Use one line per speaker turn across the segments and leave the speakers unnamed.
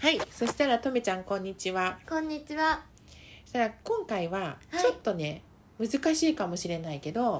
はい、そしたらとめちゃんこんにちは。
こんにちは。
そしたら今回はちょっとね、難しいかもしれないけど、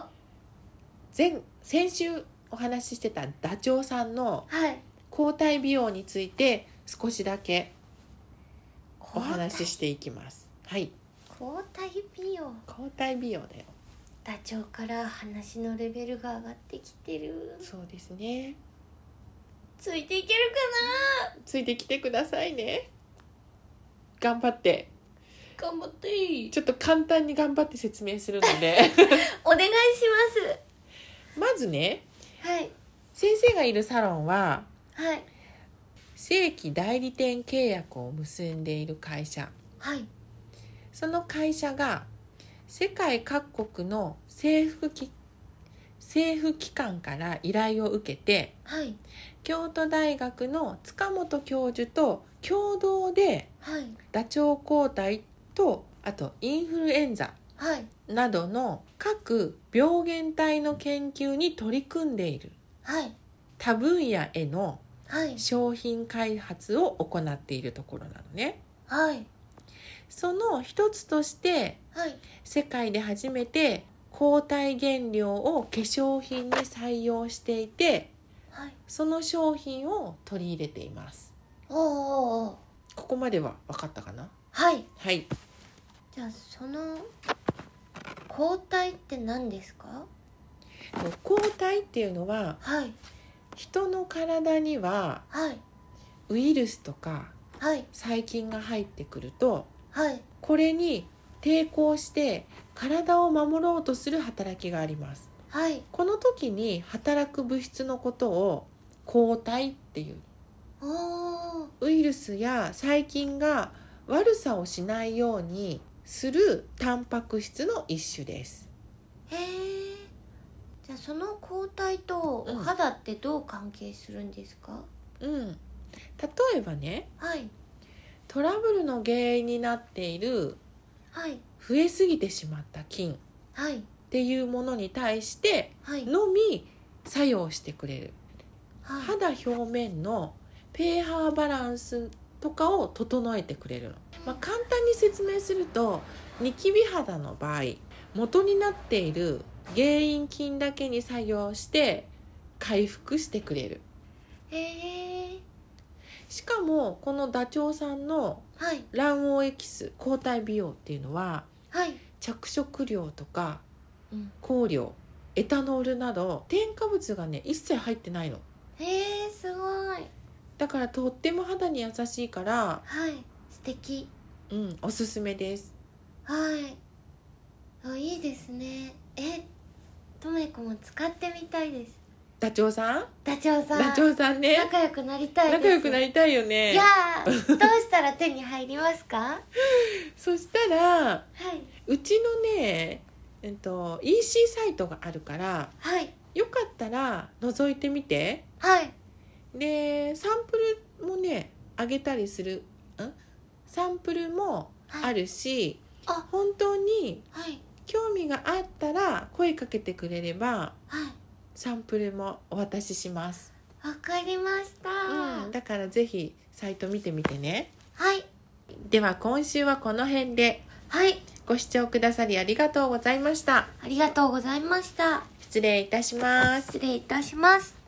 先週お話ししてたダチョウさんの交代美容について少しだけお話ししていきます。はい。
交代美容。
交代美容だよ。
ダチョウから話のレベルが上がってきてる。
そうですね。
ついていけるかな。
ついてきてくださいね。頑張って。
頑張っていい。
ちょっと簡単に頑張って説明するので
お願いします。
まずね、
はい。
先生がいるサロンは
はい。
正規代理店契約を結んでいる会社。
はい。
その会社が世界各国の政府機関から依頼を受けて、
はい。
京都大学の塚本教授と共同で
はい。
ダチョウ抗体とあとインフルエンザ
はい。
などの各病原体の研究に取り組んでいる
はい。
他分野への
はい。
商品開発を行っているところなのね。
はい。
その一つとして
はい。
世界で初めて抗体原料を化粧品に採用していて、
はい。
その商品を取り入れています。
おー。
ここまでは分かったかな？
はい。
はい。
じゃあその抗体って何ですか？
抗体っていうのは
はい。
人の体には
はい。
ウイルスとか
はい。
細菌が入ってくると、
はい。
これに抵抗して体を守ろうとする働きがあります。
はい。
この時に働く物質のことを抗体っていう。
おー。
ウイルスや細菌が悪さをしないようにするタンパク質の一種です。
へー。じゃあその抗体とお肌ってどう関係するんですか？
例えばね、
はい
トラブルの原因になっている
はい
増えすぎてしまった菌っ
はい
ていうものに対して
はい
のみ作用してくれる、
はい。
肌表面のpH バランスとかを整えてくれるの、簡単に説明するとニキビ肌の場合、元になっている原因菌だけに作用して回復してくれる。
へー。
しかもこのダチョウさんの
はい
卵黄エキス抗体美容っていうのは
はい
着色料とか
うん
香料、エタノールなど添加物がね一切入ってないの。
へー、すごい。
だからとっても肌に優しいから、
はい素敵。
おすすめです。
はいいいですね。とめこも使ってみたいです。
ダチョウさん
ダチョウさん
ダチョウさんね、
仲良くなりたいです。
仲良くなりたいよね。
いやー、どうしたら手に入りますか？
そしたら
はいう
ちのね、EC サイトがあるから
はい
よかったら覗いてみて。
はい
でサンプルもねあげたりする、サンプルもあるし、
あ
本当に
はい
興味があったら声かけてくれれば
はい
サンプルもお渡しします。
わかりました。
だからぜひサイト見てみてね。
はい
では今週はこの辺で。
はい
ご視聴くださりありがとうございました。
ありがとうございました。
失礼いたします。
失礼いたします。